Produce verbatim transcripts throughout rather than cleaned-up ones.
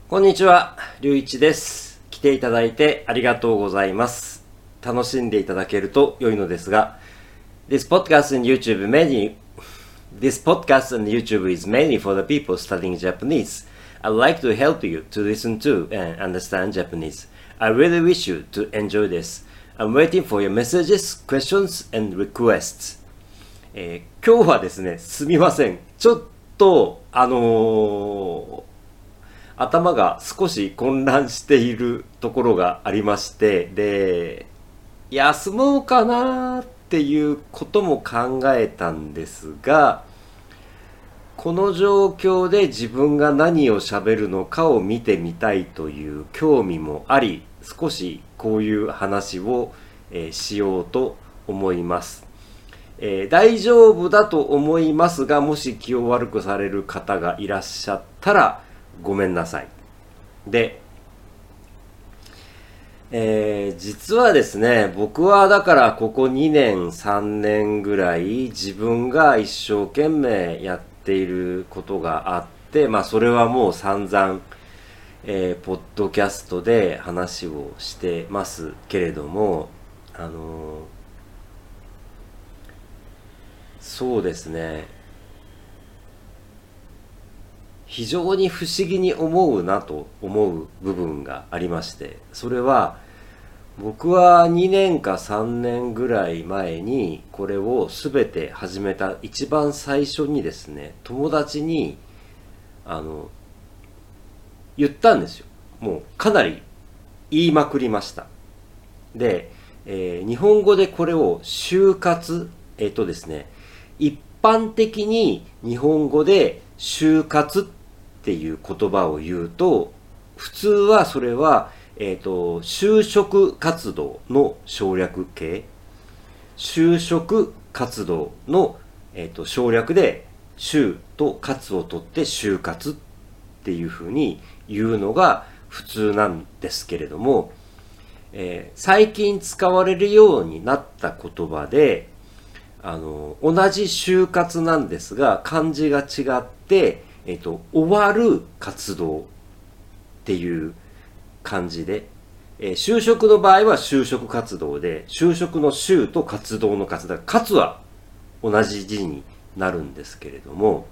こんにちは、りゅういちです。来ていただいてありがとうございます。楽しんでいただけると良いのですが、This podcast and YouTube mainly This podcast and YouTube is mainly for the people studying Japanese. I'd like to help you to listen to and understand Japanese. I really wish you to enjoy this. I'm waiting for your messages, questions, and requests. えー今日はですね、すみません。ちょっと、あのー頭が少し混乱しているところがありまして、で、休もうかなっていうことも考えたんですが、この状況で自分が何を喋るのかを見てみたいという興味もあり、少しこういう話を、えーしようと思います。えー大丈夫だと思いますが、もし気を悪くされる方がいらっしゃったらごめんなさい。で、えー実はですね、僕はだからここにねん、さんねんぐらい自分が一生懸命やっていることがあって、まあそれはもう散々、えーポッドキャストで話をしてますけれども、あのーそうですね、非常に不思議に思うなと思う部分がありまして、それは僕はにねんかさんねんぐらい前にこれを全て始めた一番最初にですね、友達にあの言ったんですよ。もうかなり言いまくりました。で、えー日本語でこれを就活、えっとですね、一般的に日本語で就活っていう言葉を言うと、普通はそれは、えっと、就職活動の省略形、就職活動の、えっと、省略で、就と活を取って就活っていうふうに言うのが普通なんですけれども、えー最近使われるようになった言葉で、あの、同じ就活なんですが、漢字が違って、えっと、終わる活動っていう漢字で、えー就職の場合は就職活動で、就職の就と活動の活動、活は同じ字になるんですけれども、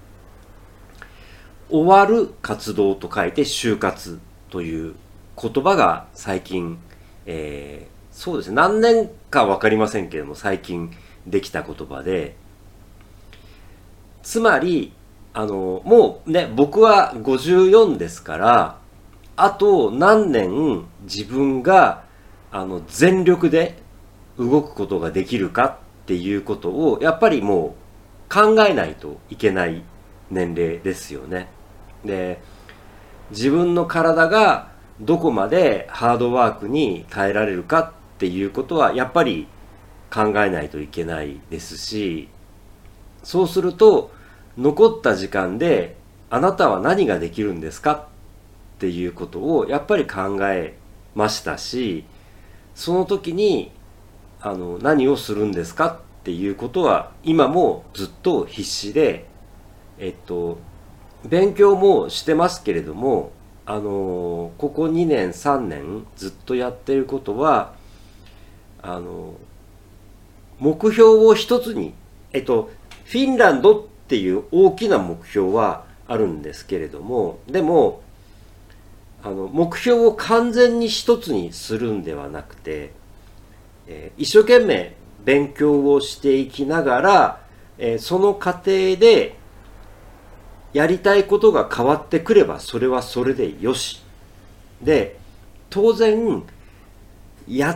終わる活動と書いて就活という言葉が最近、えーそうですね、何年かわかりませんけれども、最近できた言葉で、つまり、あの、もうね、僕はごじゅうよんですから、あと何年自分が、あの、全力で動くことができるかっていうことを、やっぱりもう考えないといけない年齢ですよね。で、自分の体がどこまでハードワークに耐えられるかっていうことはやっぱり考えないといけないですし、そうすると残った時間であなたは何ができるんですかっていうことをやっぱり考えましたし、その時にあの何をするんですかっていうことは今もずっと必死で、えっと勉強もしてますけれども、あのここにねんさんねんずっとやってることは、あの目標を一つに、えっとフィンランドっていう大きな目標はあるんですけれども、でもあの目標を完全に一つにするんではなくて、えー一生懸命勉強をしていきながら、えーその過程でやりたいことが変わってくればそれはそれでよし。で、当然、やって、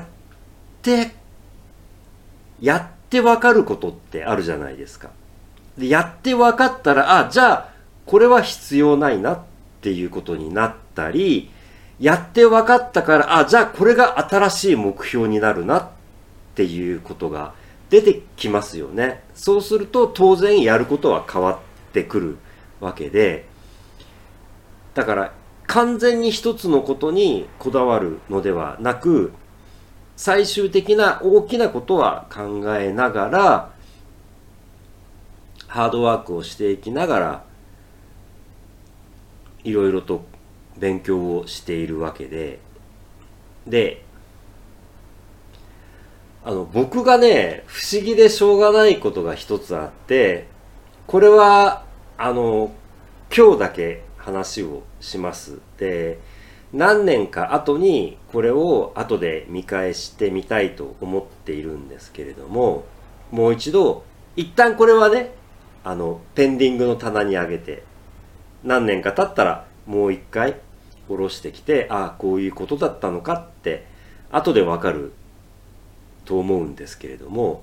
やってわかることってあるじゃないですか。で、やってわかったら、あ、じゃあ、これは必要ないなっていうことになったり、やってわかったから、あ、じゃあこれが新しい目標になるなっていうことが出てきますよね。そうすると当然やることは変わってくるわけで、だから完全に一つのことにこだわるのではなく、最終的な大きなことは考えながら、ハードワークをしていきながら、いろいろと勉強をしているわけで、であの僕がね不思議でしょうがないことが一つあって、これはあの今日だけ話をします。で何年か後にこれを後で見返してみたいと思っているんですけれども、もう一度一旦これはねあのペンディングの棚に上げて、何年か経ったらもう一回下ろしてきて、ああこういうことだったのかって後でわかると思うんですけれども、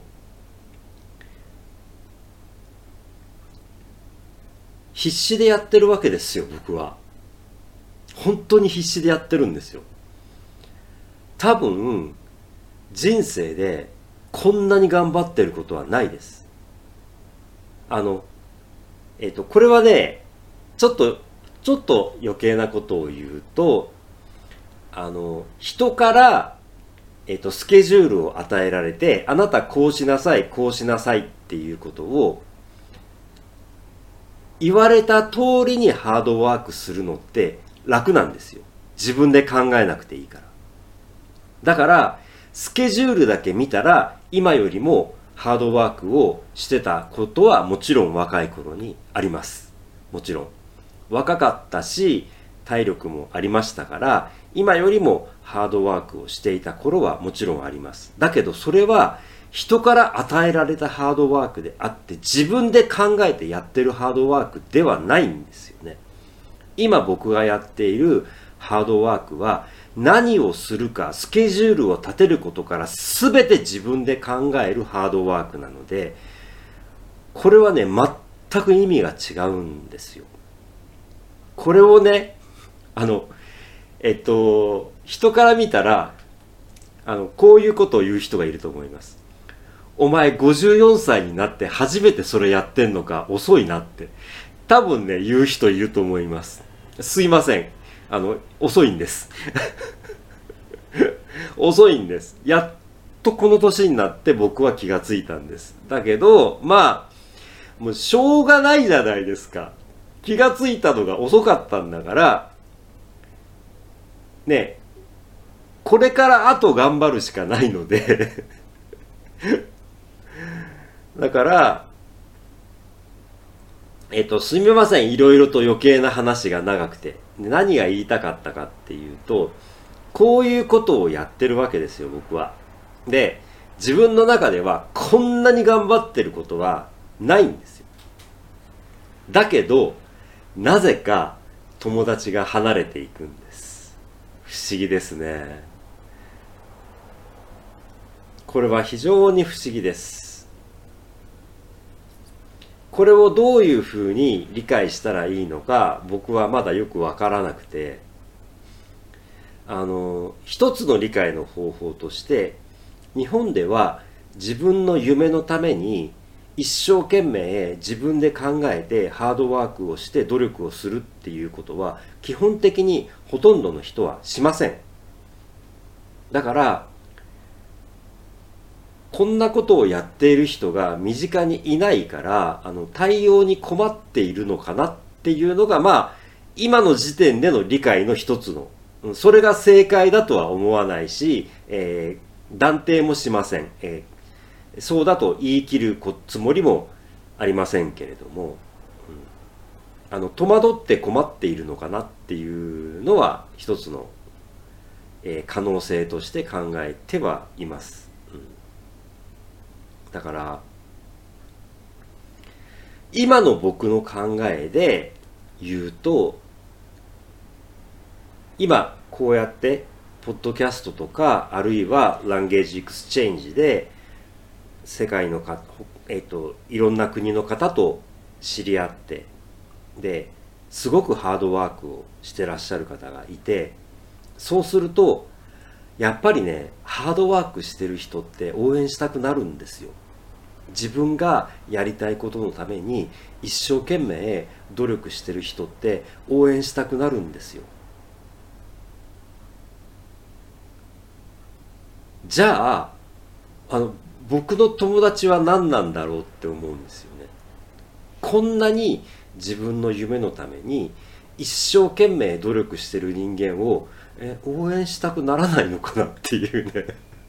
必死でやってるわけですよ。僕は本当に必死でやってるんですよ。多分人生でこんなに頑張ってることはないです。あのえっとこれはねちょっとちょっと余計なことを言うと、あの人からえっとスケジュールを与えられて、あなたこうしなさいこうしなさいっていうことを言われた通りにハードワークするのって楽なんですよ。自分で考えなくていいから。だからスケジュールだけ見たら今よりもハードワークをしてたことはもちろん若い頃にあります。もちろん若かったし体力もありましたから、今よりもハードワークをしていた頃はもちろんあります。だけどそれは人から与えられたハードワークであって、自分で考えてやってるハードワークではないんですよね。今僕がやっているハードワークは、何をするかスケジュールを立てることから全て自分で考えるハードワークなので、これはね全く意味が違うんですよ。これをねあのえっと人から見たらあのこういうことを言う人がいると思います。お前ごじゅうよんさいになって初めてそれやってんのか、遅いなって多分ね言う人いると思います。すいません、あの遅いんです遅いんです。やっとこの年になって僕は気がついたんです。だけどまあもうしょうがないじゃないですか。気がついたのが遅かったんだからね、これからあと頑張るしかないのでだからえっとすみません、いろいろと余計な話が長くて。何が言いたかったかっていうと、こういうことをやってるわけですよ僕は。で自分の中ではこんなに頑張ってることはないんですよ。だけどなぜか友達が離れていくんです。不思議ですね。これは非常に不思議です。これをどういうふうに理解したらいいのか僕はまだよくわからなくて、あの一つの理解の方法として、日本では自分の夢のために一生懸命自分で考えてハードワークをして努力をするっていうことは基本的にほとんどの人はしません。だからこんなことをやっている人が身近にいないから、あの対応に困っているのかなっていうのがまあ今の時点での理解の一つの、それが正解だとは思わないし、えー、断定もしません、えー、そうだと言い切るつもりもありませんけれども、うん、あの戸惑って困っているのかなっていうのは一つの、えー、可能性として考えてはいます。だから今の僕の考えで言うと、今こうやってポッドキャストとかあるいはランゲージエクスチェンジで世界のか、えっと、いろんな国の方と知り合って、ですごくハードワークをしてらっしゃる方がいて、そうするとやっぱりねハードワークしてる人って応援したくなるんですよ。自分がやりたいことのために一生懸命努力してる人って応援したくなるんですよ。じゃあ、あの僕の友達は何なんだろうって思うんですよね。こんなに自分の夢のために一生懸命努力してる人間をえ応援したくならないのかなっていうね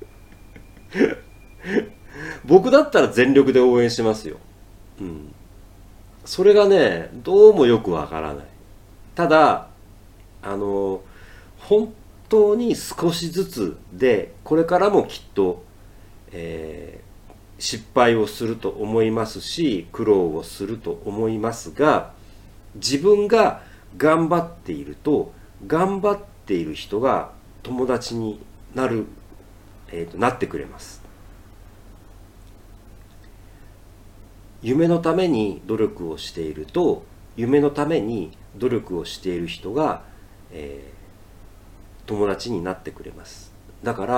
僕だったら全力で応援しますよ。うん。それがね、どうもよくわからない。ただ、あの、本当に少しずつで、これからもきっと、えー失敗をすると思いますし、苦労をすると思いますが、自分が頑張っていると、頑張っている人が友達になる、えーと、なってくれます。夢のために努力をしていると、夢のために努力をしている人が、えー友達になってくれます。だから、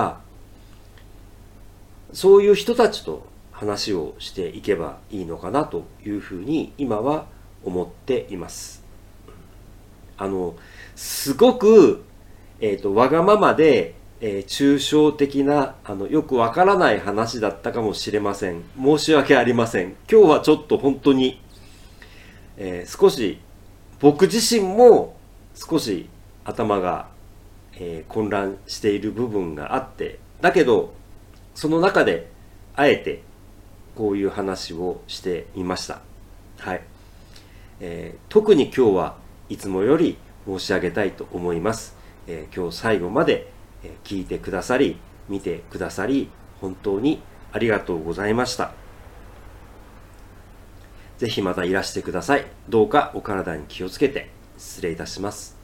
そういう人たちと話をしていけばいいのかなというふうに今は思っています。あの、すごく、えーと、わがままで、えー抽象的な、あの、よくわからない話だったかもしれません。申し訳ありません。今日はちょっと本当に、えー少し、僕自身も少し頭が、えー混乱している部分があって、だけど、その中で、あえて、こういう話をしてみました。はい。えー特に今日はいつもより申し上げたいと思います。えー今日最後までえー聞いてくださり、見てくださり、本当にありがとうございました。ぜひまたいらしてください。どうかお体に気をつけて失礼いたします。